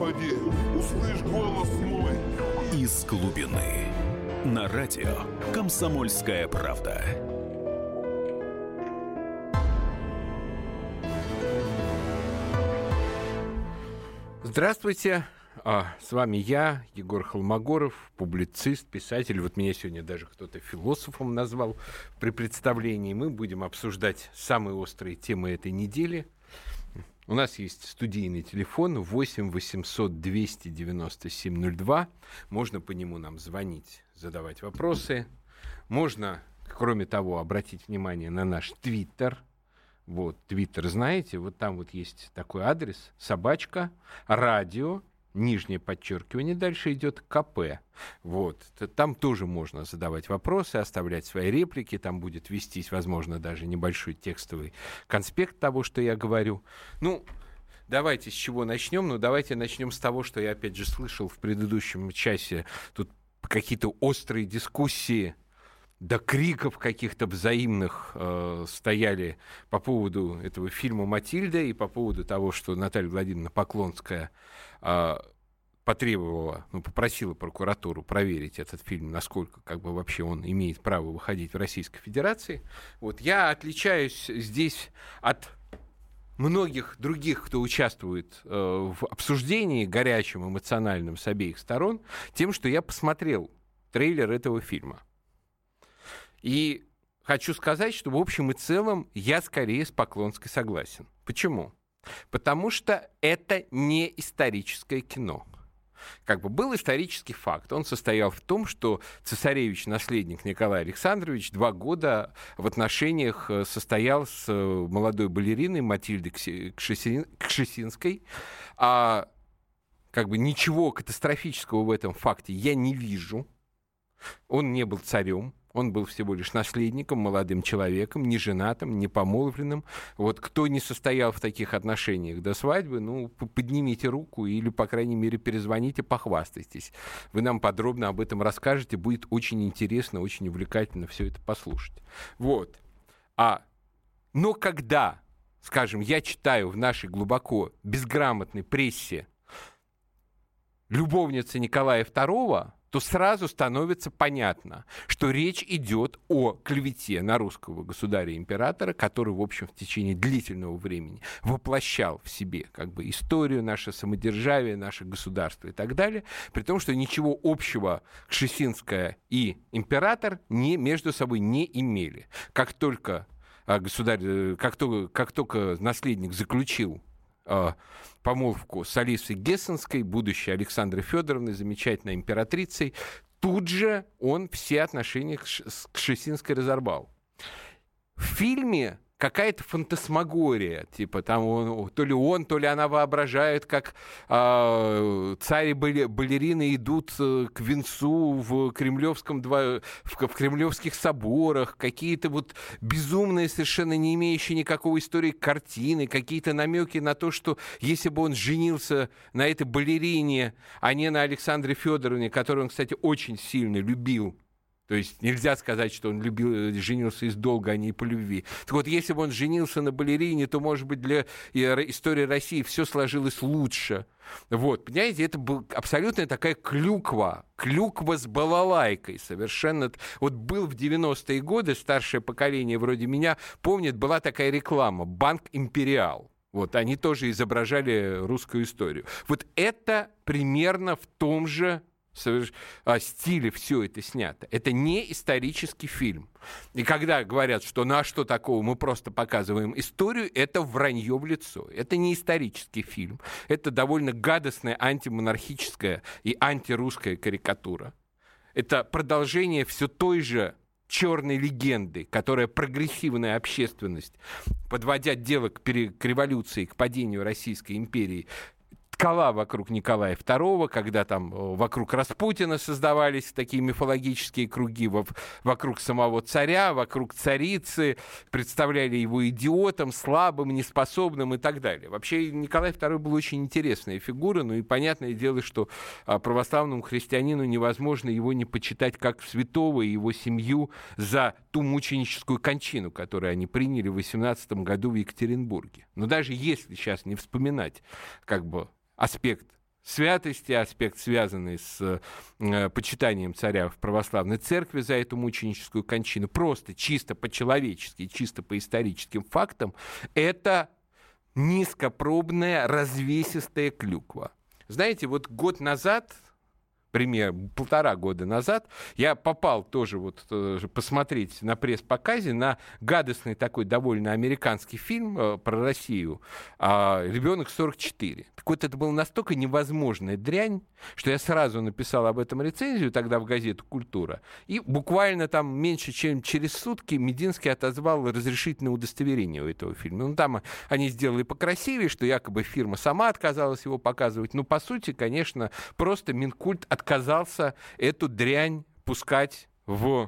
Господи, услышь голос мой. Из глубины. На радио «Комсомольская правда». Здравствуйте, с вами я, Егор Холмогоров, публицист, писатель. Вот меня сегодня даже кто-то философом назвал при представлении. Мы будем обсуждать самые острые темы этой недели. У нас есть студийный телефон 8 800 297 02. Можно по нему нам звонить, задавать вопросы. Можно, кроме того, обратить внимание на наш Твиттер. Вот, Твиттер, знаете, вот там вот есть такой адрес, собачка, радио, нижнее подчеркивание, дальше идет КП. Вот, там тоже можно задавать вопросы, оставлять свои реплики, там будет вестись, возможно, даже небольшой текстовый конспект того, что я говорю. Ну, давайте с чего начнем? Ну, давайте начнем с того, что я, опять же, слышал в предыдущем часе. Тут какие-то острые дискуссии, до криков каких-то взаимных стояли по поводу этого фильма «Матильда» и по поводу того, что Наталья Владимировна Поклонская потребовала, попросила прокуратуру проверить этот фильм, насколько вообще он имеет право выходить в Российской Федерации. Вот, я отличаюсь здесь от многих других, кто участвует в обсуждении горячем, эмоциональном с обеих сторон, тем, что я посмотрел трейлер этого фильма. И хочу сказать, что в общем и целом я скорее с Поклонской согласен. Почему? Потому что это не историческое кино. Был исторический факт. Он состоял в том, что цесаревич, наследник Николай Александрович, 2 года в отношениях состоял с молодой балериной Матильдой Кшесинской. А ничего катастрофического в этом факте я не вижу. Он не был царем. Он был всего лишь наследником, молодым человеком, не женатым, не помолвленным. Вот кто не состоял в таких отношениях до свадьбы, поднимите руку или, по крайней мере, перезвоните, похвастайтесь. Вы нам подробно об этом расскажете. Будет очень интересно, очень увлекательно все это послушать. Вот. Но когда, скажем, я читаю в нашей глубоко безграмотной прессе любовница Николая II, то сразу становится понятно, что речь идет о клевете на русского государя-императора, который, в общем, в течение длительного времени воплощал в себе историю, наше самодержавие, наше государство и так далее, при том, что ничего общего Кшесинская и император между собой не имели. Как только наследник заключил помолвку с Алисой Гессенской, будущей Александрой Федоровной, замечательной императрицей, тут же он все отношения с Кшесинской разорвал. В фильме какая-то фантасмагория, то ли она воображает, как царь и балерины идут к венцу в кремлевских соборах, какие-то безумные, совершенно не имеющие никакой истории картины, какие-то намеки на то, что если бы он женился на этой балерине, а не на Александре Федоровне, которую он, кстати, очень сильно любил. То есть нельзя сказать, что он женился из долга, а не по любви. Так вот, если бы он женился на балерине, то, может быть, для истории России все сложилось лучше. Вот, понимаете, это была абсолютно такая клюква с балалайкой совершенно. Вот был в 90-е годы, старшее поколение вроде меня помнит, была такая реклама «Банк Империал». Вот, они тоже изображали русскую историю. Вот это примерно в том же стиле все это снято. Это не исторический фильм. И когда говорят, что что такого, мы просто показываем историю, это вранье в лицо. Это не исторический фильм. Это довольно гадостная антимонархическая и антирусская карикатура. Это продолжение все той же черной легенды, которая прогрессивная общественность, подводя дело к революции, к падению Российской империи, ткала вокруг Николая II, когда там вокруг Распутина создавались такие мифологические круги, вокруг самого царя, вокруг царицы, представляли его идиотом, слабым, неспособным и так далее. Вообще Николай II был очень интересная фигура, и понятное дело, что православному христианину невозможно его не почитать как святого и его семью за ту мученическую кончину, которую они приняли в 18 году в Екатеринбурге. Но даже если сейчас не вспоминать аспект святости, аспект, связанный с почитанием царя в православной церкви за эту мученическую кончину, просто чисто по-человечески, чисто по историческим фактам, это низкопробная развесистая клюква. Знаете, вот год назад, примерно 1,5 года назад, я попал тоже вот посмотреть на пресс-показе на гадостный такой довольно американский фильм про Россию «Ребенок 44». Так вот, это была настолько невозможная дрянь, что я сразу написал об этом рецензию тогда в газету «Культура». И буквально там меньше, чем через сутки Мединский отозвал разрешительное удостоверение у этого фильма. Ну, там они сделали покрасивее, что якобы фирма сама отказалась его показывать. Но, по сути, конечно, просто Минкульт отказался эту дрянь пускать в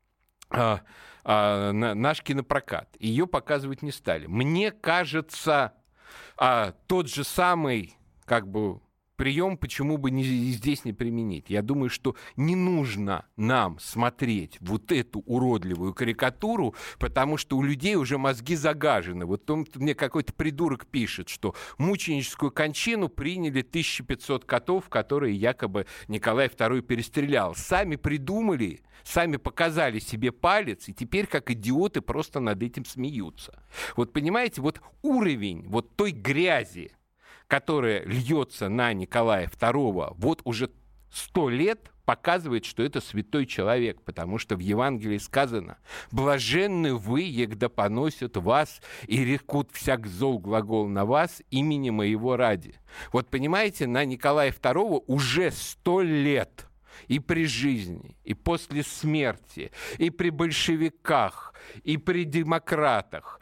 наш кинопрокат. Ее показывать не стали. Мне кажется, тот же самый, как бы, прием почему бы здесь не применить? Я думаю, что не нужно нам смотреть вот эту уродливую карикатуру, потому что у людей уже мозги загажены. Вот мне какой-то придурок пишет, что мученическую кончину приняли 1500 котов, которые якобы Николай II перестрелял. Сами придумали, сами показали себе палец, и теперь как идиоты просто над этим смеются. Вот понимаете, вот уровень вот той грязи, которая льется на Николая II, вот уже 100 лет показывает, что это святой человек, потому что в Евангелии сказано: «Блаженны вы, егда поносят вас и рекут всяк зол глагол на вас имени моего ради». Вот понимаете, на Николая II уже 100 лет. И при жизни, и после смерти, и при большевиках, и при демократах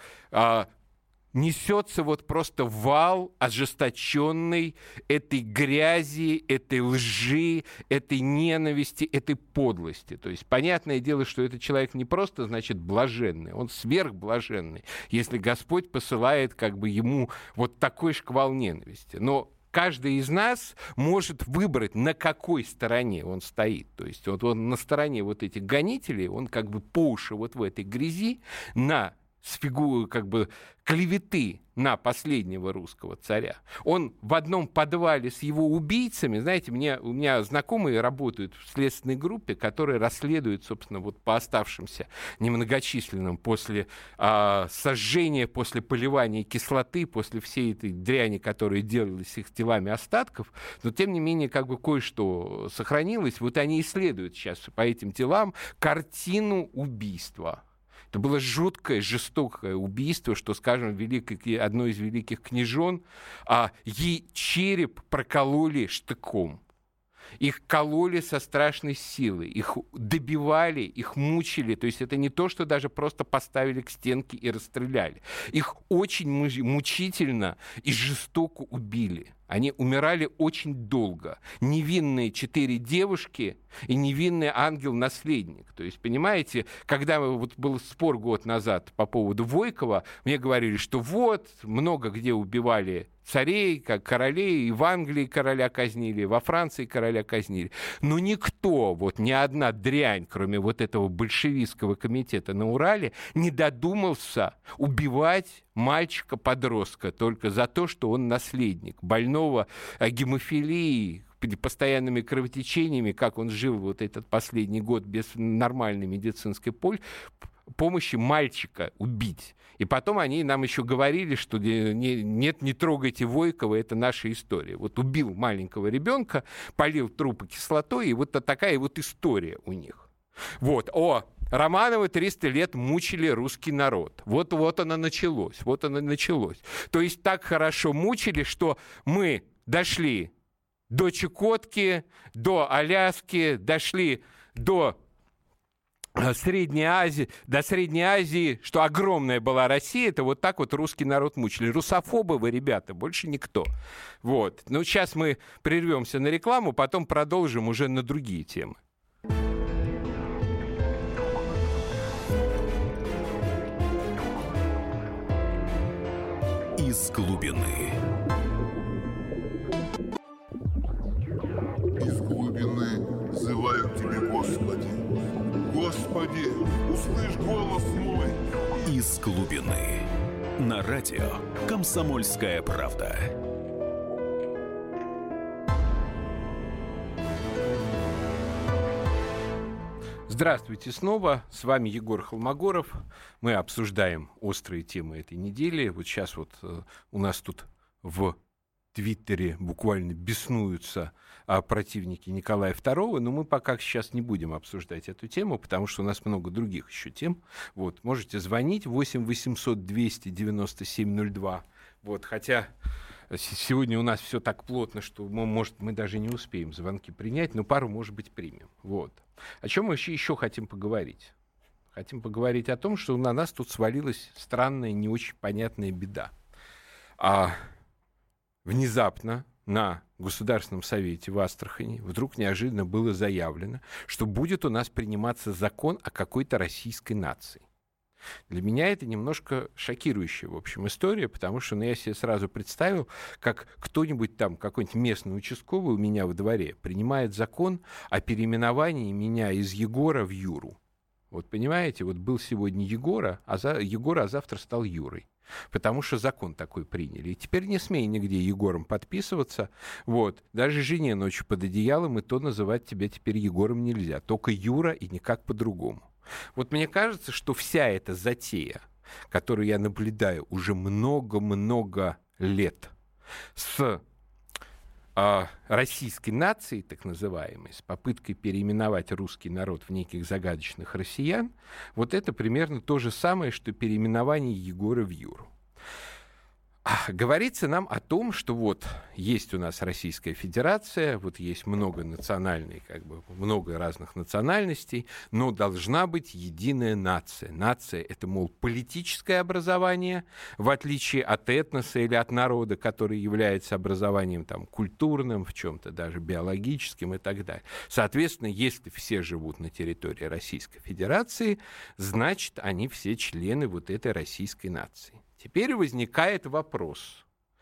несется вот просто вал ожесточенной этой грязи, этой лжи, этой ненависти, этой подлости. То есть понятное дело, что этот человек не просто, значит, блаженный, он сверхблаженный, если Господь посылает как бы ему вот такой шквал ненависти. Но каждый из нас может выбрать, на какой стороне он стоит. То есть вот он на стороне вот этих гонителей, он как бы по уши вот в этой грязи, с фигурой как бы клеветы на последнего русского царя. Он в одном подвале с его убийцами, знаете, у меня знакомые работают в следственной группе, которые расследуют, собственно, вот по оставшимся немногочисленным после сожжения, после поливания кислоты, после всей этой дряни, которая делалась с их телами остатков, но тем не менее как бы кое-что сохранилось. Вот они исследуют сейчас по этим телам картину убийства. Это было жуткое, жестокое убийство, что, скажем, одной из великих княжон, ей череп прокололи штыком. Их кололи со страшной силой, их добивали, их мучили. То есть это не то, что даже просто поставили к стенке и расстреляли. Их очень мучительно и жестоко убили. Они умирали очень долго. Невинные 4 девушки и невинный ангел-наследник. То есть, понимаете, когда вот был спор год назад по поводу Войкова, мне говорили, что вот, много где убивали царей, как королей, и в Англии короля казнили, и во Франции короля казнили. Но никто, вот ни одна дрянь, кроме вот этого большевистского комитета на Урале, не додумался убивать мальчика-подростка только за то, что он наследник, больного гемофилией, постоянными кровотечениями, как он жил вот этот последний год без нормальной медицинской помощи, мальчика убить. И потом они нам еще говорили, что нет, не трогайте Войкова, это наша история. Вот убил маленького ребенка, полил трупы кислотой, и вот такая вот история у них. Вот, Романовы 300 лет мучили русский народ. Вот оно началось, То есть так хорошо мучили, что мы дошли до Чукотки, до Аляски, дошли до Средней Азии, что огромная была Россия, это вот так вот русский народ мучили. Русофобы вы, ребята, больше никто. Вот. Ну, сейчас мы прервемся на рекламу, потом продолжим уже на другие темы. Из глубины. Из глубины взываю к Тебе, Господи. Господи, услышь голос мой. Из глубины. На радио «Комсомольская правда». Здравствуйте снова. С вами Егор Холмогоров. Мы обсуждаем острые темы этой недели. Вот сейчас вот у нас тут в Твиттере буквально беснуются противники Николая II, но мы пока сейчас не будем обсуждать эту тему, потому что у нас много других еще тем. Вот, можете звонить 8 800 297 02. Вот, хотя сегодня у нас все так плотно, что, может, мы даже не успеем звонки принять, но пару, может быть, примем. Вот. О чем мы еще хотим поговорить? Хотим поговорить о том, что на нас тут свалилась странная, не очень понятная беда. Внезапно на Государственном совете в Астрахани вдруг неожиданно было заявлено, что будет у нас приниматься закон о какой-то российской нации. Для меня это немножко шокирующая, в общем, история, потому что я себе сразу представил, как кто-нибудь там, какой-нибудь местный участковый у меня во дворе принимает закон о переименовании меня из Егора в Юру. Вот понимаете, вот был сегодня Егора, а завтра стал Юрой. Потому что закон такой приняли. И теперь не смей нигде Егором подписываться. Вот. Даже жене ночью под одеялом, и то называть тебя теперь Егором нельзя. Только Юра и никак по-другому. Вот мне кажется, что вся эта затея, которую я наблюдаю уже много-много лет с российской нацией, так называемой, с попыткой переименовать русский народ в неких загадочных россиян, вот это примерно то же самое, что переименование Егора в Юру. Говорится нам о том, что вот есть у нас Российская Федерация, вот есть много разных национальностей, но должна быть единая нация. Нация — это, мол, политическое образование, в отличие от этноса или от народа, который является образованием там, культурным, в чем-то даже биологическим и так далее. Соответственно, если все живут на территории Российской Федерации, значит, они все члены вот этой российской нации. Теперь возникает вопрос.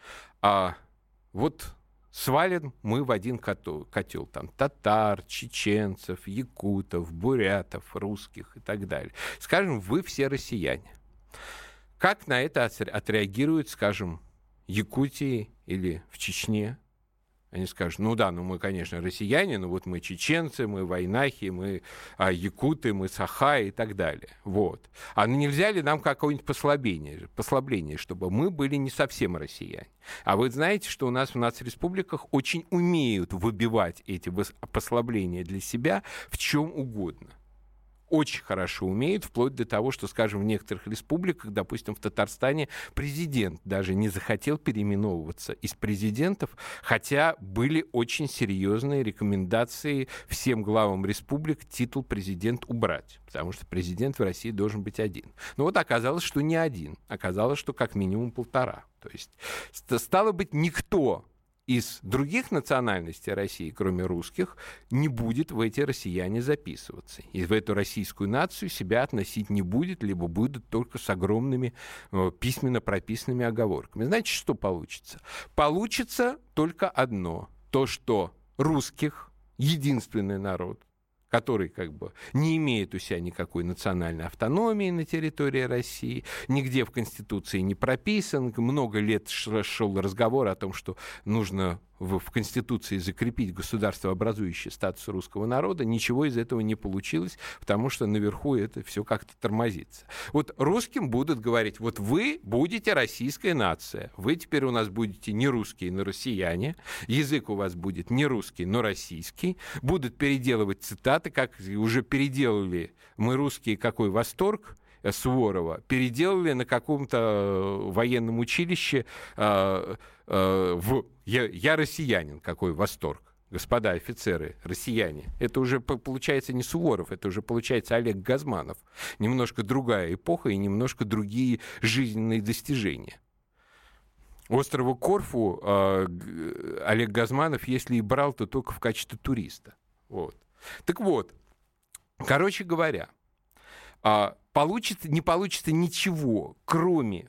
Вот свалим мы в один котел там татар, чеченцев, якутов, бурятов, русских и так далее. Скажем, вы все россияне. Как на это отреагируют, скажем, Якутии или в Чечне? Они скажут, мы, конечно, россияне, но вот мы чеченцы, мы вайнахи, мы якуты, мы сахаи и так далее. Вот. А нельзя ли нам какое-нибудь послабление, чтобы мы были не совсем россияне? А вы знаете, что у нас в нацреспубликах очень умеют выбивать эти послабления для себя в чем угодно. Очень хорошо умеют, вплоть до того, что, скажем, в некоторых республиках, допустим, в Татарстане, президент даже не захотел переименовываться из президентов, хотя были очень серьезные рекомендации всем главам республик титул президент убрать, потому что президент в России должен быть один. Но вот оказалось, что не один, оказалось, что как минимум 1,5. То есть, стало быть, никто из других национальностей России, кроме русских, не будет в эти россияне записываться. И в эту российскую нацию себя относить не будет, либо будет только с огромными письменно прописанными оговорками. Знаете, что получится? Получится только одно. То, что русских, единственный народ, который не имеет у себя никакой национальной автономии на территории России, нигде в Конституции не прописан. Много лет шел разговор о том, что нужно в Конституции закрепить государствообразующий статус русского народа. Ничего из этого не получилось, потому что наверху это все как-то тормозится. Вот русским будут говорить, вот вы будете российская нация, вы теперь у нас будете не русские, но россияне, язык у вас будет не русский, но российский, будут переделывать цитаты, как уже переделали «Мы русские, какой восторг», Суворова, переделали на каком-то военном училище «Я россиянин, какой восторг». Господа офицеры, россияне, это уже получается не Суворов, это уже получается Олег Газманов. Немножко другая эпоха и немножко другие жизненные достижения. Острова Корфу Олег Газманов, если и брал, то только в качестве туриста. Вот. Так вот, короче говоря, не получится ничего, кроме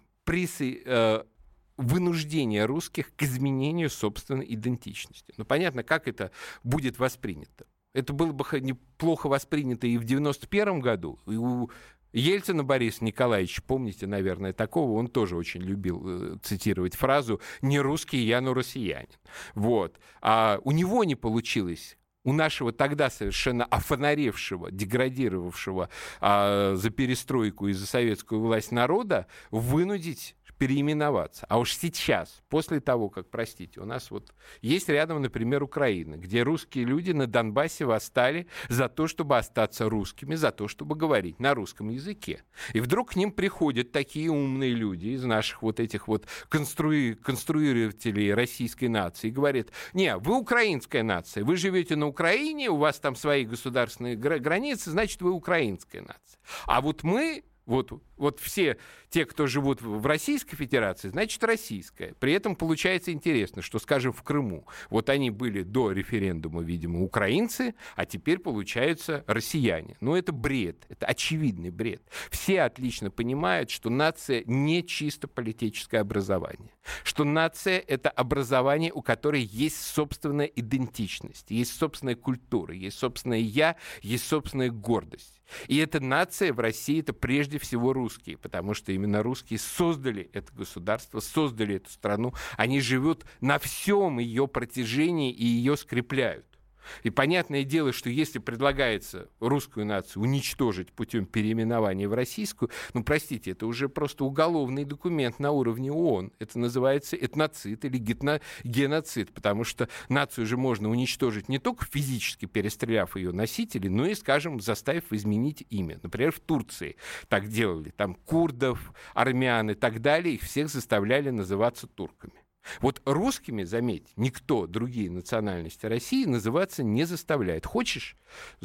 вынуждения русских к изменению собственной идентичности. Понятно, как это будет воспринято. Это было бы неплохо воспринято и в 1991 году. И у Ельцина Бориса Николаевича, помните, наверное, такого, он тоже очень любил цитировать фразу «не русский я, но россиянин». Вот. А у него не получилось у нашего тогда совершенно офонаревшего, деградировавшего за перестройку и за советскую власть народа вынудить переименоваться. А уж сейчас, после того, как, простите, у нас вот есть рядом, например, Украина, где русские люди на Донбассе восстали за то, чтобы остаться русскими, за то, чтобы говорить на русском языке. И вдруг к ним приходят такие умные люди из наших вот этих вот конструирователей российской нации и говорят: не, вы украинская нация, вы живете на Украине, у вас там свои государственные границы, значит, вы украинская нация. А вот мы... Вот все те, кто живут в Российской Федерации, значит, российская. При этом получается интересно, что, скажем, в Крыму, вот они были до референдума, видимо, украинцы, а теперь, получаются, россияне. Но это бред, это очевидный бред. Все отлично понимают, что нация не чисто политическое образование, что нация — это образование, у которой есть собственная идентичность, есть собственная культура, есть собственное «я», есть собственная гордость. И эта нация в России — это прежде всего русские, потому что именно русские создали это государство, создали эту страну. Они живут на всем ее протяжении и ее скрепляют. И понятное дело, что если предлагается русскую нацию уничтожить путем переименования в российскую, ну, простите, это уже просто уголовный документ на уровне ООН. Это называется этноцид или геноцид, потому что нацию же можно уничтожить не только физически перестреляв ее носителей, но и, скажем, заставив изменить имя. Например, в Турции так делали. Там курдов, армян и так далее, их всех заставляли называться турками. Вот русскими, заметь, никто, другие национальности России называться не заставляет. Хочешь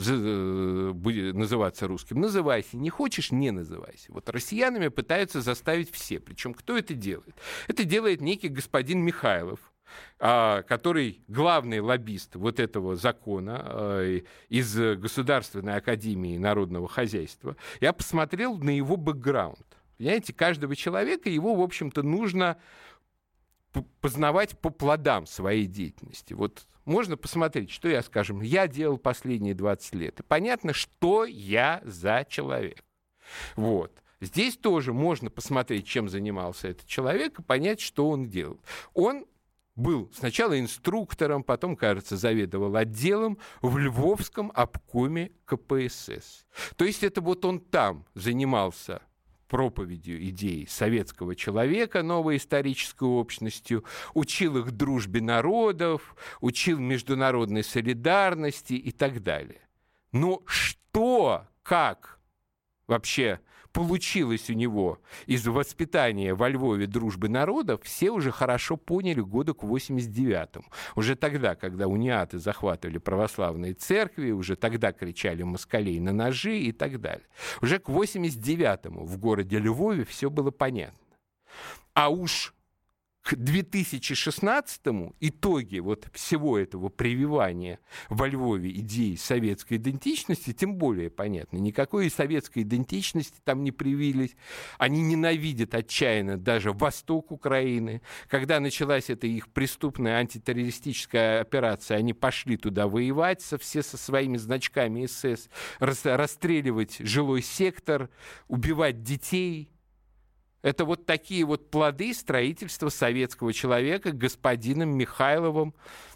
называться русским — называйся. Не хочешь — не называйся. Вот россиянами пытаются заставить все. Причем кто это делает? Это делает некий господин Михайлов, который главный лоббист вот этого закона из Государственной академии народного хозяйства. Я посмотрел на его бэкграунд. Понимаете, каждого человека, его, в общем-то, нужно познавать по плодам своей деятельности. Вот можно посмотреть, что я, скажем, я делал последние 20 лет. И понятно, что я за человек. Вот. Здесь тоже можно посмотреть, чем занимался этот человек, и понять, что он делал. Он был сначала инструктором, потом, кажется, заведовал отделом в Львовском обкоме КПСС. То есть это вот он там занимался проповедью идей советского человека, новой исторической общностью, учил их дружбе народов, учил международной солидарности и так далее. Но что, как вообще получилось у него из воспитания во Львове дружбы народов, все уже хорошо поняли году к 89-му. Уже тогда, когда униаты захватывали православные церкви, уже тогда кричали москалей на ножи и так далее. Уже к 89-му в городе Львове все было понятно. А уж к 2016-му итоги вот всего этого прививания во Львове идеи советской идентичности тем более понятны. Никакой советской идентичности там не привились. Они ненавидят отчаянно даже восток Украины. Когда началась эта их преступная антитеррористическая операция, они пошли туда воевать все со своими значками СС, расстреливать жилой сектор, убивать детей. Это вот такие вот плоды строительства советского человека господином Михайловым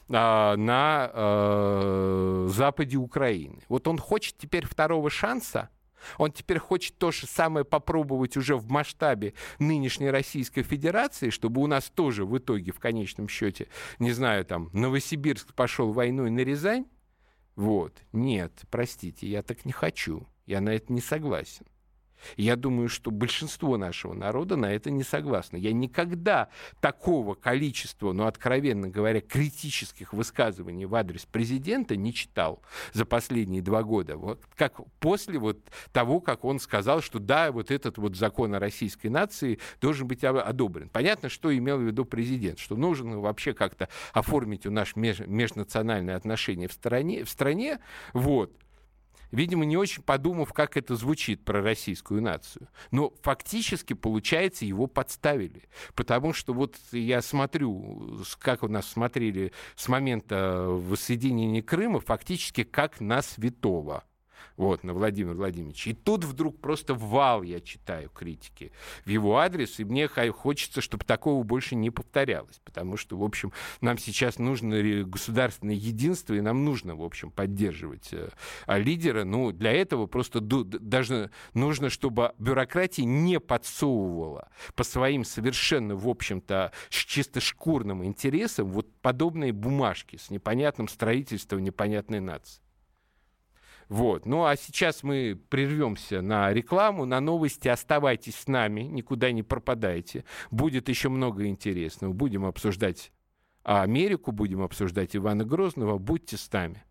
на западе Украины. Вот он хочет теперь второго шанса, он теперь хочет то же самое попробовать уже в масштабе нынешней Российской Федерации, чтобы у нас тоже в итоге, в конечном счете, не знаю, там, Новосибирск пошел войной на Рязань. Вот. Нет, простите, я так не хочу, я на это не согласен. Я думаю, что большинство нашего народа на это не согласно. Я никогда такого количества, ну, откровенно говоря, критических высказываний в адрес президента не читал за последние 2 года. Вот как после вот того, как он сказал, что да, вот этот вот закон о российской нации должен быть одобрен. Понятно, что имел в виду президент, что нужно вообще как-то оформить у нас межнациональные отношения в стране, вот. Видимо, не очень подумав, как это звучит про российскую нацию. Но фактически, получается, его подставили. Потому что вот я смотрю, как у нас смотрели с момента воссоединения Крыма, фактически как на святого. Вот, на Владимира Владимировича. И тут вдруг просто вал, я читаю, критики в его адрес, и мне хочется, чтобы такого больше не повторялось, потому что, в общем, нам сейчас нужно государственное единство, и нам нужно, в общем, поддерживать лидера. Ну, для этого просто даже нужно, чтобы бюрократия не подсовывала по своим совершенно, в общем-то, чисто шкурным интересам вот подобные бумажки с непонятным строительством непонятной нации. Вот. Ну, а сейчас мы прервемся на рекламу, на новости. Оставайтесь с нами, никуда не пропадайте. Будет еще много интересного. Будем обсуждать Америку, будем обсуждать Ивана Грозного. Будьте с нами.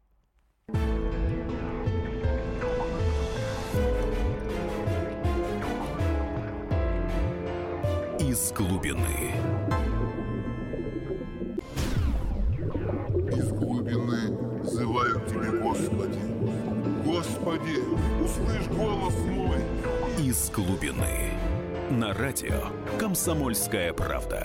Из глубины. Из глубины взываю к Тебе, Господи. Господи, услышь голос мой. Из глубины. На радио «Комсомольская правда».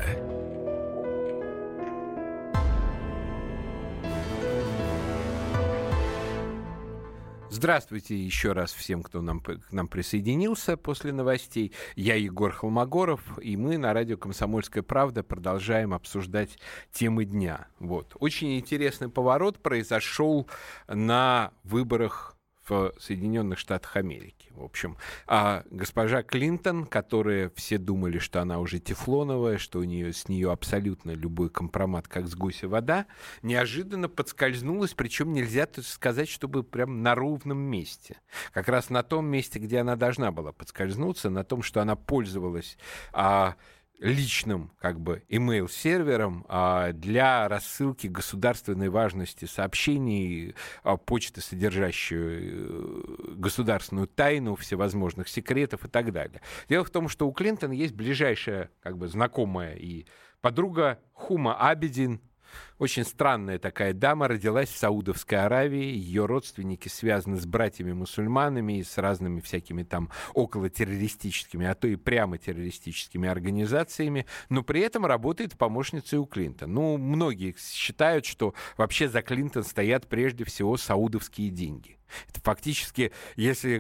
Здравствуйте еще раз всем, кто к нам присоединился после новостей. Я Егор Холмогоров, и мы на радио «Комсомольская правда» продолжаем обсуждать темы дня. Вот. Очень интересный поворот произошел на выборах в Соединенных Штатах Америки. В общем, госпожа Клинтон, которая все думали, что она уже тефлоновая, что с нее абсолютно любой компромат, как с гуся вода, неожиданно подскользнулась, причем нельзя сказать, чтобы прям на ровном месте. Как раз на том месте, где она должна была подскользнуться, на том, что она пользовалась личным, как бы, email-сервером для рассылки государственной важности сообщений, почты, содержащую государственную тайну, всевозможных секретов и так далее. Дело в том, что у Клинтон есть ближайшая, как бы, знакомая и подруга Хума Абедин. Очень странная такая дама, родилась в Саудовской Аравии, ее родственники связаны с братьями-мусульманами и с разными всякими там околотеррористическими, а то и прямо террористическими организациями, но при этом работает помощницей у Клинтон. Ну, многие считают, что вообще за Клинтон стоят прежде всего саудовские деньги. Это фактически, если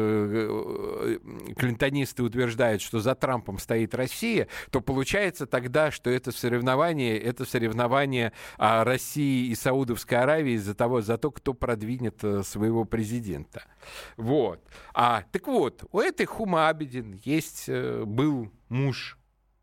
клинтонисты утверждают, что за Трампом стоит Россия, то получается тогда, что это соревнование России и Саудовской Аравии за то, кто продвинет своего президента. Вот. Так вот, у этой Хума Абедин был муж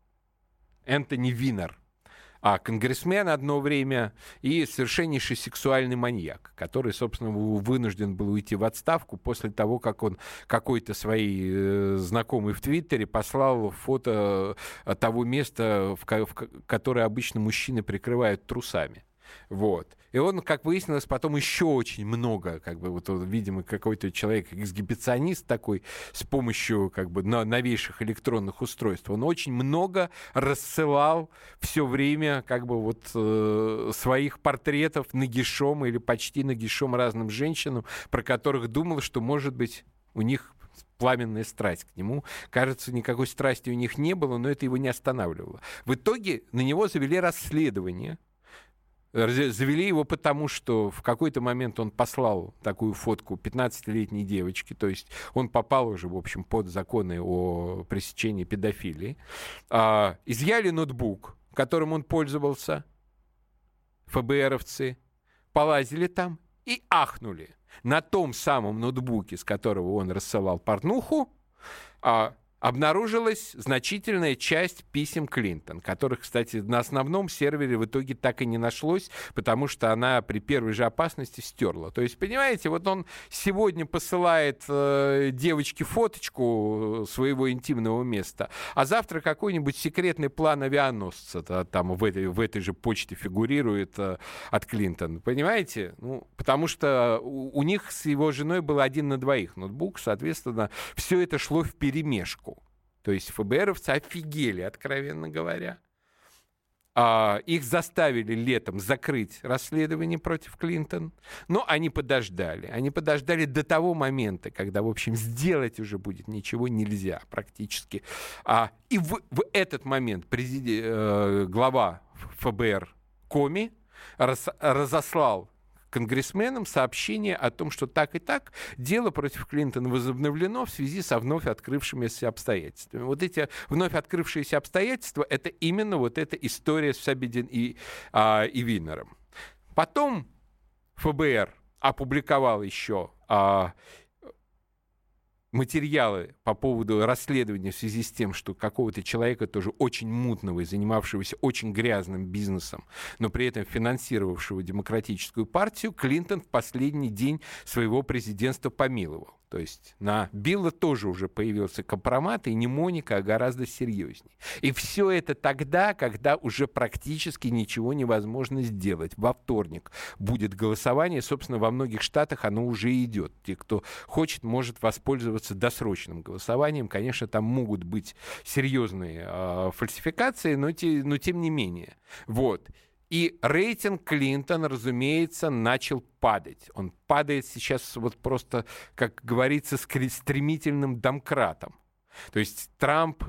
Энтони Винер, конгрессмен одно время и совершеннейший сексуальный маньяк, который, собственно, вынужден был уйти в отставку после того, как он какой-то своей знакомый в Твиттере послал фото того места, которое обычно мужчины прикрывают трусами. Вот. И он, как выяснилось, потом еще очень много, как бы, вот, видимо, какой-то человек, эксгибиционист такой, с помощью, как бы, новейших электронных устройств, он очень много рассылал все время, как бы, вот, своих портретов нагишом или почти нагишом разным женщинам, про которых думал, что, может быть, у них пламенная страсть к нему. Кажется, никакой страсти у них не было, но это его не останавливало. В итоге на него завели расследование. Завели его потому, что в какой-то момент он послал такую фотку 15-летней девочки, то есть он попал уже, в общем, под законы о пресечении педофилии. Изъяли ноутбук, которым он пользовался, ФБРовцы, полазили там и ахнули. На том самом ноутбуке, с которого он рассылал порнуху, обнаружилась значительная часть писем Клинтон, которых, кстати, на основном сервере в итоге так и не нашлось, потому что она при первой же опасности стерла. То есть, понимаете, вот он сегодня посылает девочке фоточку своего интимного места, а завтра какой-нибудь секретный план авианосца там в этой же почте фигурирует от Клинтон. Понимаете? Ну, потому что у них с его женой был 1 на 2 ноутбук, соответственно, все это шло вперемешку. То есть ФБРовцы офигели, откровенно говоря. Их заставили летом закрыть расследование против Клинтон, но они подождали. Они подождали до того момента, когда, в общем, сделать уже будет ничего нельзя практически. И в этот момент глава ФБР Коми разослал конгрессменам сообщение о том, что так и так дело против Клинтона возобновлено в связи со вновь открывшимися обстоятельствами. Вот эти вновь открывшиеся обстоятельства — это именно вот эта история с Шабедин и Винером. Потом ФБР опубликовал еще материалы по поводу расследования в связи с тем, что какого-то человека тоже очень мутного и занимавшегося очень грязным бизнесом, но при этом финансировавшего демократическую партию, Клинтон в последний день своего президентства помиловал. То есть на Билла тоже уже появился компромат, и не Моника, а гораздо серьезнее. И все это тогда, когда уже практически ничего невозможно сделать. Во вторник будет голосование. Собственно, во многих штатах оно уже идет. Те, кто хочет, может воспользоваться досрочным голосованием. Конечно, там могут быть серьезные фальсификации, но тем не менее. Вот. И рейтинг Клинтона, разумеется, начал падать. Он падает сейчас вот просто, как говорится, стремительным домкратом. То есть Трамп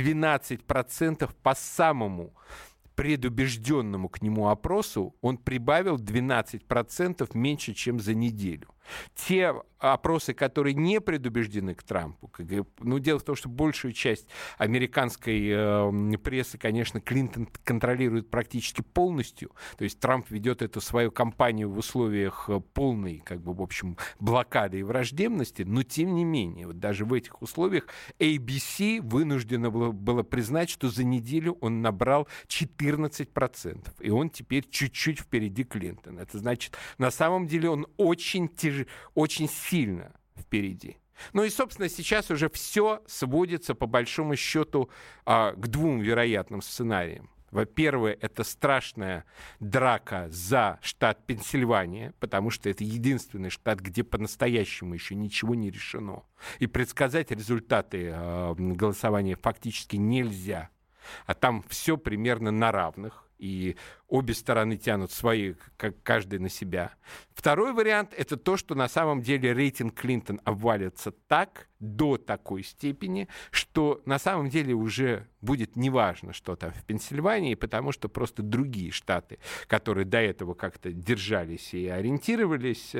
12% по самому предубежденному к нему опросу, он прибавил 12% меньше, чем за неделю. Те опросы, которые не предубеждены к Трампу, дело в том, что большую часть американской прессы, конечно, Клинтон контролирует практически полностью. То есть Трамп ведет эту свою кампанию в условиях полной, в общем, блокады и враждебности, но тем не менее, вот даже в этих условиях ABC вынуждено было признать, что за неделю он набрал 14%, и он теперь чуть-чуть впереди Клинтона. Это значит, на самом деле он очень сильно впереди. Ну и, собственно, сейчас уже все сводится, по большому счету, к двум вероятным сценариям. Во-первых, это страшная драка за штат Пенсильвания, потому что это единственный штат, где по-настоящему еще ничего не решено. И предсказать результаты голосования фактически нельзя. А там все примерно на равных. И обе стороны тянут свои, каждый на себя. Второй вариант — это то, что на самом деле рейтинг Клинтон обвалится до такой степени, что на самом деле уже будет неважно, что там в Пенсильвании, потому что просто другие штаты, которые до этого как-то держались и ориентировались,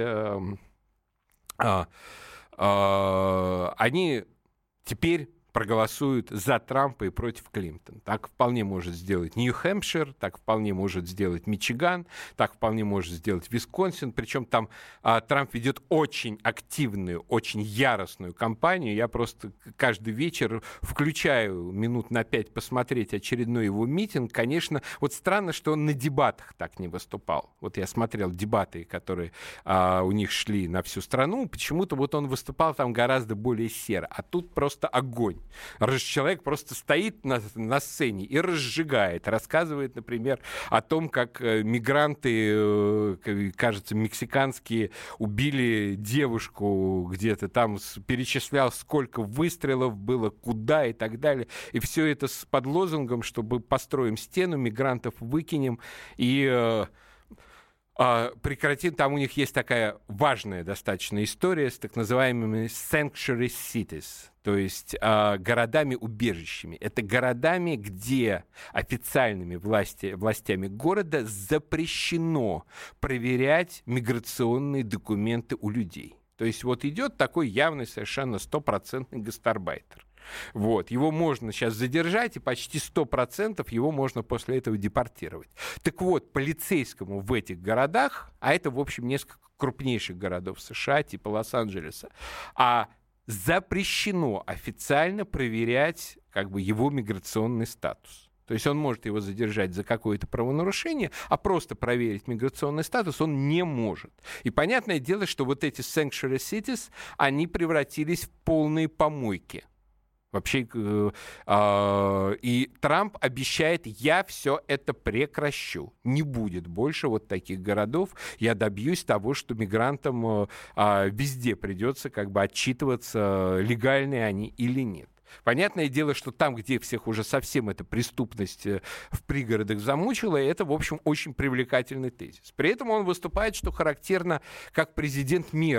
они теперь проголосуют за Трампа и против Клинтона. Так вполне может сделать Нью-Хэмпшир, так вполне может сделать Мичиган, так вполне может сделать Висконсин. Причем там Трамп ведет очень активную, очень яростную кампанию. Я просто каждый вечер включаю минут на 5 посмотреть очередной его митинг. Конечно, вот странно, что он на дебатах так не выступал. Вот я смотрел дебаты, которые у них шли на всю страну. Почему-то вот он выступал там гораздо более серо. А тут просто огонь. Человек просто стоит на сцене и разжигает, рассказывает, например, о том, как мигранты, кажется, мексиканские, убили девушку где-то там, перечислял, сколько выстрелов было, куда и так далее. И все это под лозунгом, чтобы построим стену, мигрантов выкинем и прекратим. Там у них есть такая важная достаточно история с так называемыми sanctuary cities, то есть городами-убежищами. Это городами, где официальными властями города запрещено проверять миграционные документы у людей. То есть вот идет такой явный совершенно 100% гастарбайтер. Вот. Его можно сейчас задержать, и почти 100% его можно после этого депортировать. Так вот, полицейскому в этих городах, а это, в общем, несколько крупнейших городов США, типа Лос-Анджелеса, запрещено официально проверять его миграционный статус. То есть он может его задержать за какое-то правонарушение, а просто проверить миграционный статус он не может. И понятное дело, что вот эти sanctuary cities, они превратились в полные помойки. Вообще, и Трамп обещает: я все это прекращу. Не будет больше вот таких городов. Я добьюсь того, что мигрантам везде придется отчитываться, легальные они или нет. Понятное дело, что там, где всех уже совсем эта преступность в пригородах замучила, это, в общем, очень привлекательный тезис. При этом он выступает, что характерно, как президент мира,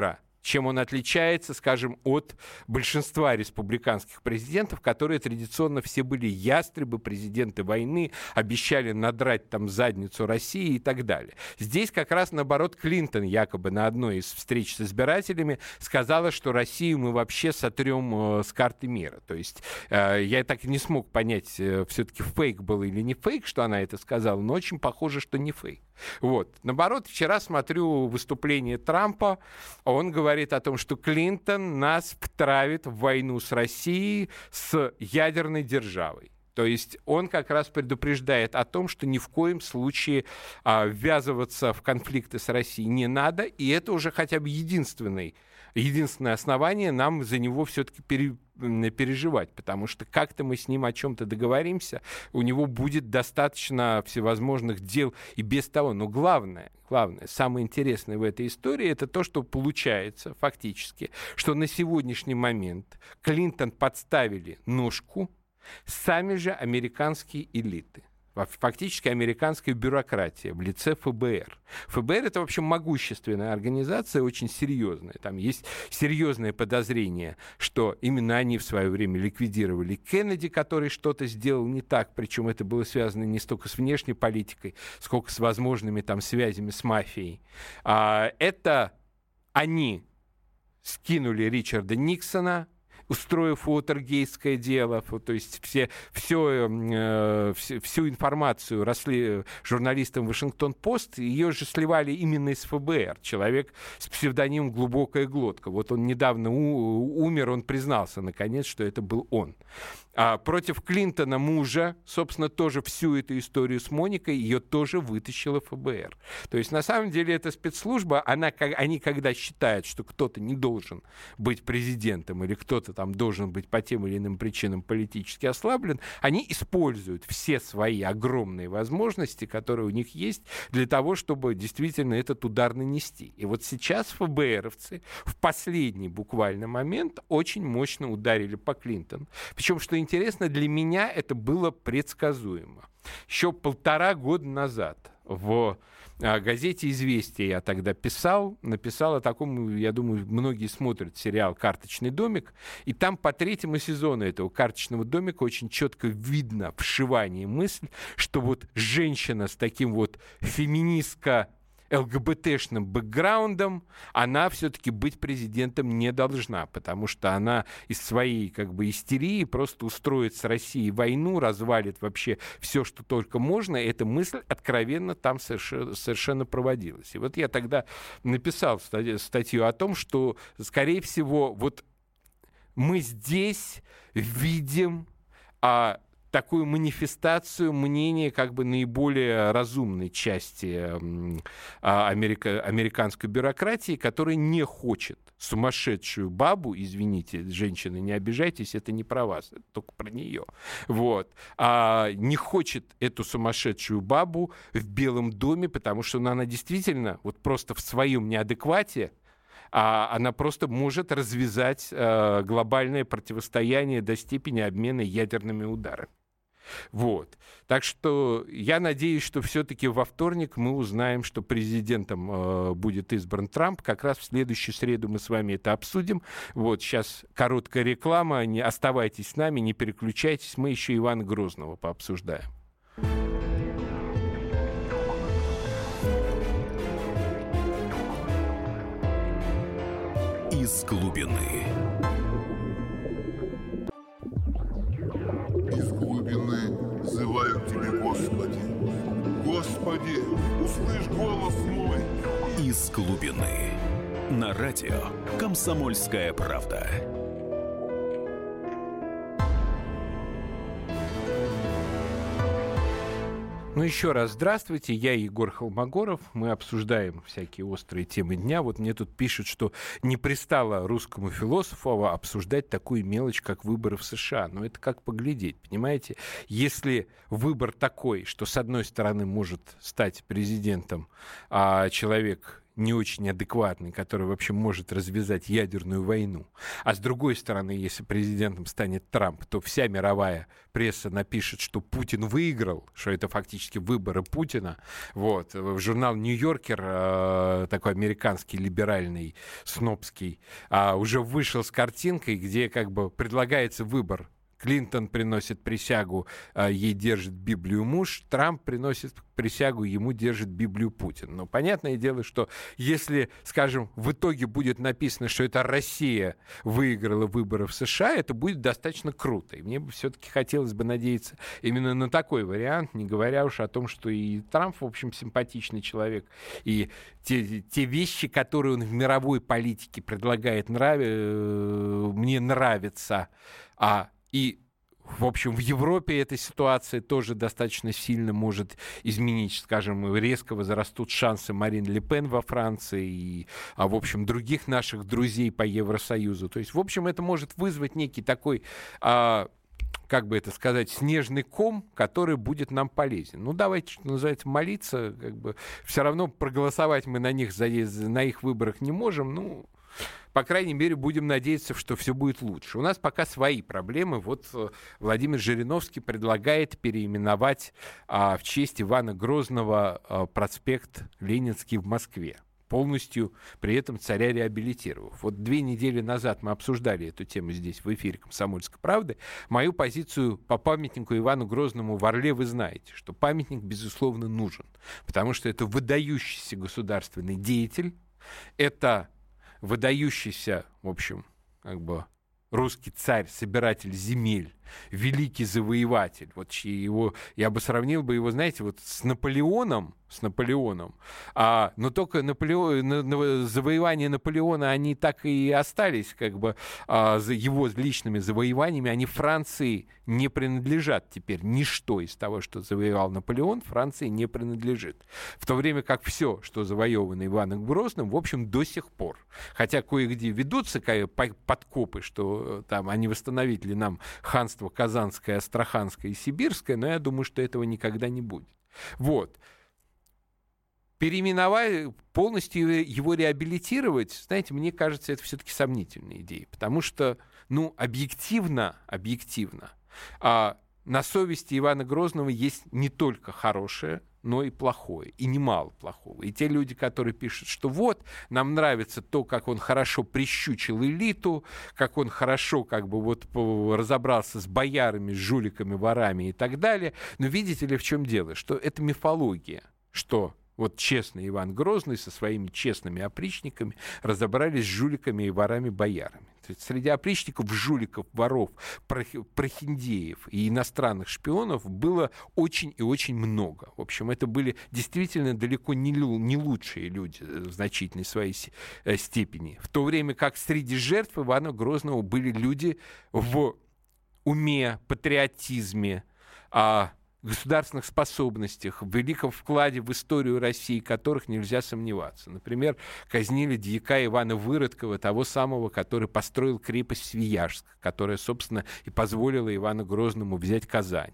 чем он отличается, скажем, от большинства республиканских президентов, которые традиционно все были ястребы, президенты войны, обещали надрать там задницу России и так далее. Здесь как раз наоборот Клинтон якобы на одной из встреч с избирателями сказала, что Россию мы вообще сотрем с карты мира. То есть я так и не смог понять, все-таки фейк был или не фейк, что она это сказала, но очень похоже, что не фейк. Вот. Наоборот, вчера смотрю выступление Трампа, он говорит о том, что Клинтон нас втравит в войну с Россией, с ядерной державой. То есть он как раз предупреждает о том, что ни в коем случае ввязываться в конфликты с Россией не надо, и это уже хотя бы единственное основание нам за него все-таки переживать, потому что как-то мы с ним о чем-то договоримся, у него будет достаточно всевозможных дел и без того. Но главное, самое интересное в этой истории, это то, что получается фактически, что на сегодняшний момент Клинтон подставили ножку сами же американские элиты. Фактически американская бюрократия в лице ФБР. ФБР — это, в общем, могущественная организация, очень серьезная. Там есть серьезное подозрение, что именно они в свое время ликвидировали Кеннеди, который что-то сделал не так, причем это было связано не столько с внешней политикой, сколько с возможными там связями с мафией. Это они скинули Ричарда Никсона, устроив уотергейтское дело, то есть всю информацию росли журналистам «Вашингтон-Пост», ее же сливали именно из ФБР. Человек с псевдонимом «Глубокая глотка». Вот он недавно умер, он признался, наконец, что это был он. Против Клинтона, мужа, собственно, тоже всю эту историю с Моникой, ее тоже вытащила ФБР. То есть, на самом деле, эта спецслужба, они когда считают, что кто-то не должен быть президентом или кто-то там должен быть по тем или иным причинам политически ослаблен, они используют все свои огромные возможности, которые у них есть, для того, чтобы действительно этот удар нанести. И вот сейчас ФБРовцы в последний буквально момент очень мощно ударили по Клинтону. Причем, что интересно, для меня это было предсказуемо. Еще 1,5 года назад в газете «Известия» я тогда написал о таком, я думаю, многие смотрят сериал «Карточный домик», и там по 3-му сезону этого «Карточного домика» очень четко видно вшивание мысль, что вот женщина с таким вот ЛГБТшным бэкграундом, она все-таки быть президентом не должна, потому что она из своей истерии просто устроит с Россией войну, развалит вообще все, что только можно. Эта мысль откровенно там совершенно проводилась. И вот я тогда написал статью о том, что, скорее всего, вот мы здесь видим такую манифестацию мнения наиболее разумной части американской бюрократии, которая не хочет сумасшедшую бабу, извините, женщины, не обижайтесь, это не про вас, это только про нее, не хочет эту сумасшедшую бабу в Белом доме, потому что она действительно просто в своем неадеквате, она просто может развязать глобальное противостояние до степени обмена ядерными ударами. Вот. Так что я надеюсь, что все-таки во вторник мы узнаем, что президентом будет избран Трамп. Как раз в следующую среду мы с вами это обсудим. Вот сейчас короткая реклама. Оставайтесь с нами, не переключайтесь. Мы еще Ивана Грозного пообсуждаем. Из глубины. Из глубины взываю к Тебе, Господи. Господи, услышь голос мой. Из глубины. На радио «Комсомольская правда». Ну, еще раз здравствуйте, я Егор Холмогоров, мы обсуждаем всякие острые темы дня. Вот мне тут пишут, что не пристало русскому философу обсуждать такую мелочь, как выборы в США. Но это как поглядеть, понимаете? Если выбор такой, что с одной стороны может стать президентом человек не очень адекватный, который вообще может развязать ядерную войну. А с другой стороны, если президентом станет Трамп, то вся мировая пресса напишет, что Путин выиграл, что это фактически выборы Путина. Вот. В журнал «Нью-Йоркер», такой американский, либеральный, снобский, уже вышел с картинкой, где как бы предлагается выбор. Клинтон приносит присягу, ей держит Библию муж, Трамп приносит присягу, ему держит Библию Путин. Но понятное дело, что если, скажем, в итоге будет написано, что это Россия выиграла выборы в США, это будет достаточно круто. И мне бы все-таки хотелось бы надеяться именно на такой вариант, не говоря уж о том, что и Трамп, в общем, симпатичный человек, и те вещи, которые он в мировой политике предлагает, мне нравятся, и, в общем, в Европе эта ситуация тоже достаточно сильно может изменить. Скажем, резко возрастут шансы Марин Ле Пен во Франции и, в общем, других наших друзей по Евросоюзу. То есть, в общем, это может вызвать некий такой, как бы это сказать, снежный ком, который будет нам полезен. Ну, давайте, что называется, молиться. Как бы, все равно проголосовать мы на их выборах не можем. Ну, по крайней мере, будем надеяться, что все будет лучше. У нас пока свои проблемы. Вот Владимир Жириновский предлагает переименовать в честь Ивана Грозного проспект Ленинский в Москве, полностью при этом царя реабилитировав. Вот 2 недели назад мы обсуждали эту тему здесь в эфире «Комсомольской правды». Мою позицию по памятнику Ивану Грозному в Орле вы знаете, что памятник, безусловно, нужен, потому что это выдающийся государственный деятель, это выдающийся, в общем, как бы русский царь, собиратель земель, великий завоеватель. Вот я бы сравнил его, знаете, вот с Наполеоном, но только завоевания Наполеона, они так и остались, как бы, его личными завоеваниями, они Франции не принадлежат теперь. Ничто из того, что завоевал Наполеон, Франции не принадлежит. В то время как все, что завоевано Иваном Грозным, в общем, до сих пор. Хотя кое-где ведутся подкопы, что там они восстановили нам ханство Казанское, Астраханское и Сибирское, но я думаю, что этого никогда не будет. Вот. Переименовать, полностью его реабилитировать, знаете, мне кажется, это все-таки сомнительная идея, потому что, объективно, на совести Ивана Грозного есть не только хорошее, но и плохое, и немало плохого. И те люди, которые пишут, что вот, нам нравится то, как он хорошо прищучил элиту, как он хорошо как бы вот разобрался с боярами, с жуликами, ворами и так далее. Но видите ли, в чем дело? Что это мифология, что вот честный Иван Грозный со своими честными опричниками разобрались с жуликами и ворами-боярами. Среди опричников, жуликов, воров, прохиндеев и иностранных шпионов было очень и очень много. В общем, это были действительно далеко не лучшие люди в значительной своей степени. В то время как среди жертв Ивана Грозного были люди в уме, патриотизме, государственных способностях, в великом вкладе в историю России, которых нельзя сомневаться. Например, казнили дьяка Ивана Выродкова, того самого, который построил крепость Свияжск, которая, собственно, и позволила Ивану Грозному взять Казань.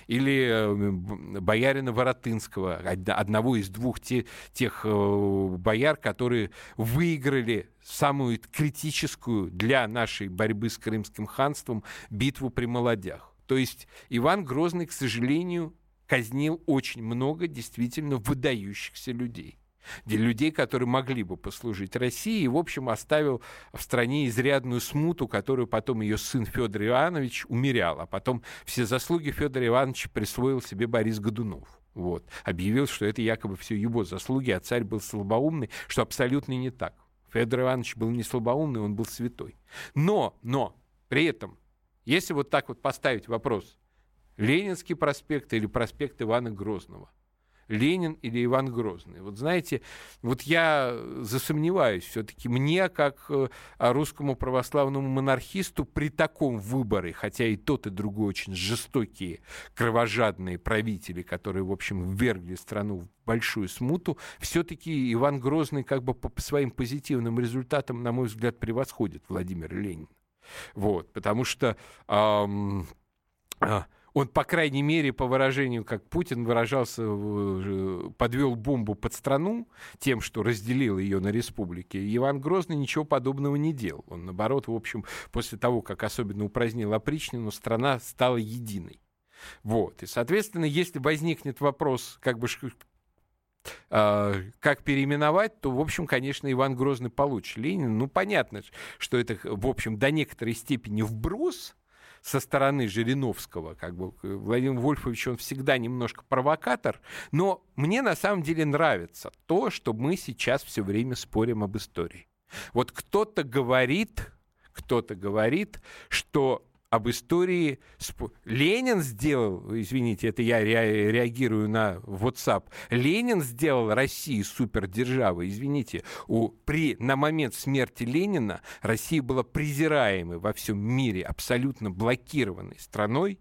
Или боярина Воротынского, одного из двух тех бояр, которые выиграли самую критическую для нашей борьбы с Крымским ханством битву при Молодях. То есть Иван Грозный, к сожалению, казнил очень много действительно выдающихся людей. Людей, которые могли бы послужить России, и, в общем, оставил в стране изрядную смуту, которую потом ее сын Федор Иванович умерял. А потом все заслуги Федора Ивановича присвоил себе Борис Годунов. Вот. Объявил, что это якобы все его заслуги, а царь был слабоумный, что абсолютно не так. Федор Иванович был не слабоумный, он был святой. Но при этом, если вот так вот поставить вопрос, Ленинский проспект или проспект Ивана Грозного, Ленин или Иван Грозный, вот знаете, вот я засомневаюсь, все-таки мне, как русскому православному монархисту, при таком выборе, хотя и тот, и другой очень жестокие, кровожадные правители, которые, в общем, ввергли страну в большую смуту, все-таки Иван Грозный как бы по своим позитивным результатам, на мой взгляд, превосходит Владимира Ленина. Вот, потому что он, по крайней мере, по выражению, как Путин выражался, подвел бомбу под страну тем, что разделил ее на республики. Иван Грозный ничего подобного не делал. Он, наоборот, в общем, после того, как особенно упразднил опричнину, страна стала единой. Вот. И, соответственно, если возникнет вопрос, как переименовать, то, в общем, конечно, Иван Грозный получше Ленина. Ну, понятно, что это, в общем, до некоторой степени вброс со стороны Жириновского. Владимир Вольфович, он всегда немножко провокатор, но мне на самом деле нравится то, что мы сейчас все время спорим об истории. Вот кто-то говорит, что об истории Ленин сделал, извините, это я реагирую на WhatsApp, Ленин сделал Россию супердержавой, извините, на момент смерти Ленина Россия была презираемой во всем мире, абсолютно блокированной страной,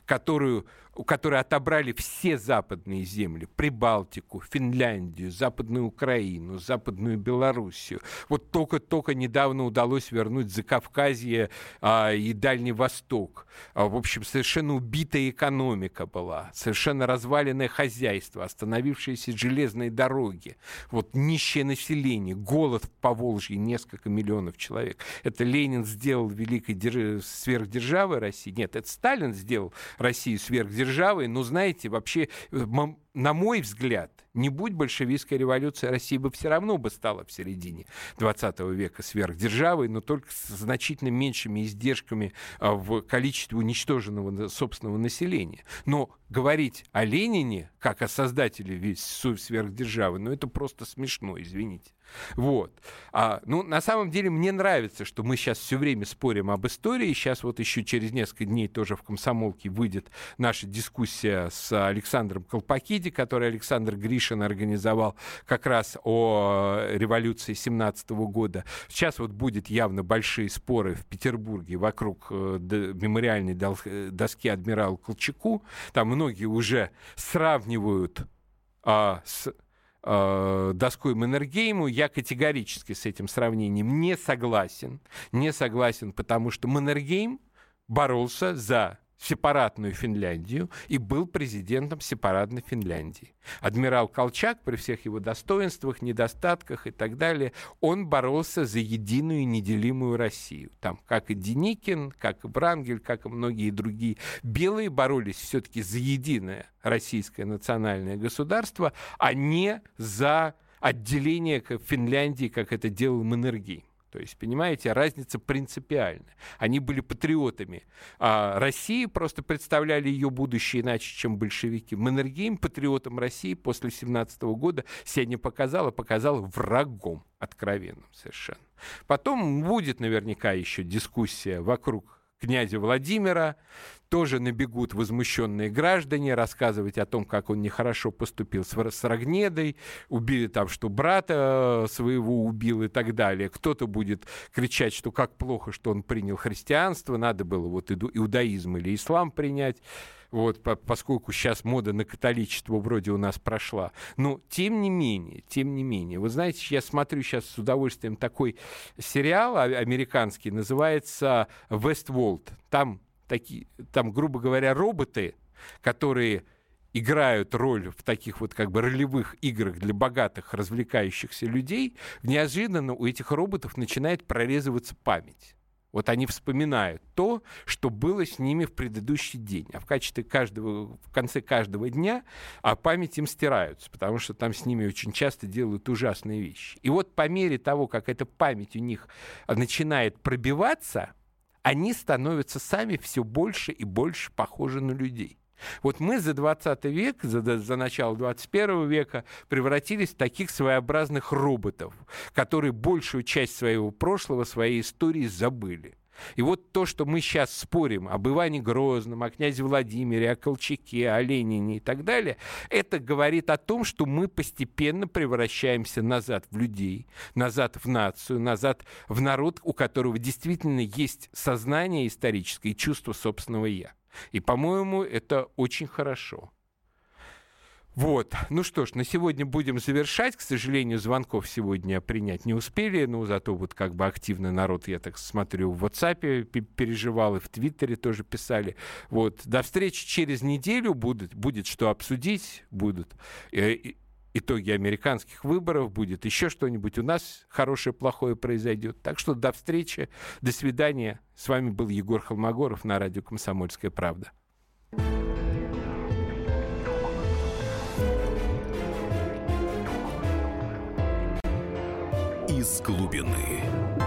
у которой отобрали все западные земли, Прибалтику, Финляндию, Западную Украину, Западную Белоруссию. Вот только недавно удалось вернуть Закавказье и Дальний Восток. В общем, совершенно убитая экономика была, совершенно разваленное хозяйство, остановившиеся железные дороги, вот нищее население, голод в Поволжье, несколько миллионов человек. Это Ленин сделал великой сверхдержавой России? Нет, это Сталин сделал Россию сверхдержавой, но, знаете, вообще, на мой взгляд, не будь большевистская революция, Россия бы все равно стала в середине 20 века сверхдержавой, но только с значительно меньшими издержками в количестве уничтоженного собственного населения. Но говорить о Ленине, как о создателе сверхдержавы, это просто смешно, извините. Вот. На самом деле мне нравится, что мы сейчас все время спорим об истории. Сейчас вот еще через несколько дней тоже в «Комсомолке» выйдет наша дискуссия с Александром Колпакиди, который Александр Гришин организовал как раз о революции 17 года. Сейчас вот будет явно большие споры в Петербурге вокруг мемориальной доски адмиралу Колчаку. Там многие уже сравнивают с доской Маннергейму. Я категорически с этим сравнением не согласен, потому что Маннергейм боролся за сепаратную Финляндию и был президентом сепаратной Финляндии. Адмирал Колчак, при всех его достоинствах, недостатках и так далее, он боролся за единую и неделимую Россию. Там, как и Деникин, как и Врангель, как и многие другие. Белые боролись все-таки за единое российское национальное государство, а не за отделение Финляндии, как это делал Маннергейм. То есть, понимаете, разница принципиальная. Они были патриотами России, просто представляли ее будущее иначе, чем большевики. Маннергейм патриотом России после 17 года себя не показал, а показал врагом откровенным совершенно. Потом будет наверняка еще дискуссия вокруг князя Владимира, тоже набегут возмущенные граждане рассказывать о том, как он нехорошо поступил с Рогнедой, убили там, что брата своего убил и так далее. Кто-то будет кричать, что как плохо, что он принял христианство, надо было вот иудаизм или ислам принять. Вот, поскольку сейчас мода на католичество вроде у нас прошла. Но тем не менее, вы знаете, я смотрю сейчас с удовольствием такой сериал американский, называется «Westworld». Там, грубо говоря, роботы, которые играют роль в таких вот как бы ролевых играх для богатых, развлекающихся людей, неожиданно у этих роботов начинает прорезываться память. Вот они вспоминают то, что было с ними в предыдущий день. А в конце каждого дня память им стираются, потому что там с ними очень часто делают ужасные вещи. И вот по мере того, как эта память у них начинает пробиваться, они становятся сами все больше и больше похожи на людей. Вот мы за 20 век, за начало 21 века превратились в таких своеобразных роботов, которые большую часть своего прошлого, своей истории забыли. И вот то, что мы сейчас спорим об Иване Грозном, о князе Владимире, о Колчаке, о Ленине и так далее, это говорит о том, что мы постепенно превращаемся назад в людей, назад в нацию, назад в народ, у которого действительно есть сознание историческое и чувство собственного «я». И, по-моему, это очень хорошо. Вот. Ну что ж, на сегодня будем завершать. К сожалению, звонков сегодня принять не успели, но зато вот как бы активно народ, я так смотрю, в WhatsApp переживал, и в Твиттере тоже писали. Вот. До встречи через неделю. Будет что обсудить, будут итоги американских выборов, будет еще что-нибудь у нас хорошее, плохое произойдет. Так что до встречи, до свидания. С вами был Егор Холмогоров на радио «Комсомольская правда». Из глубины.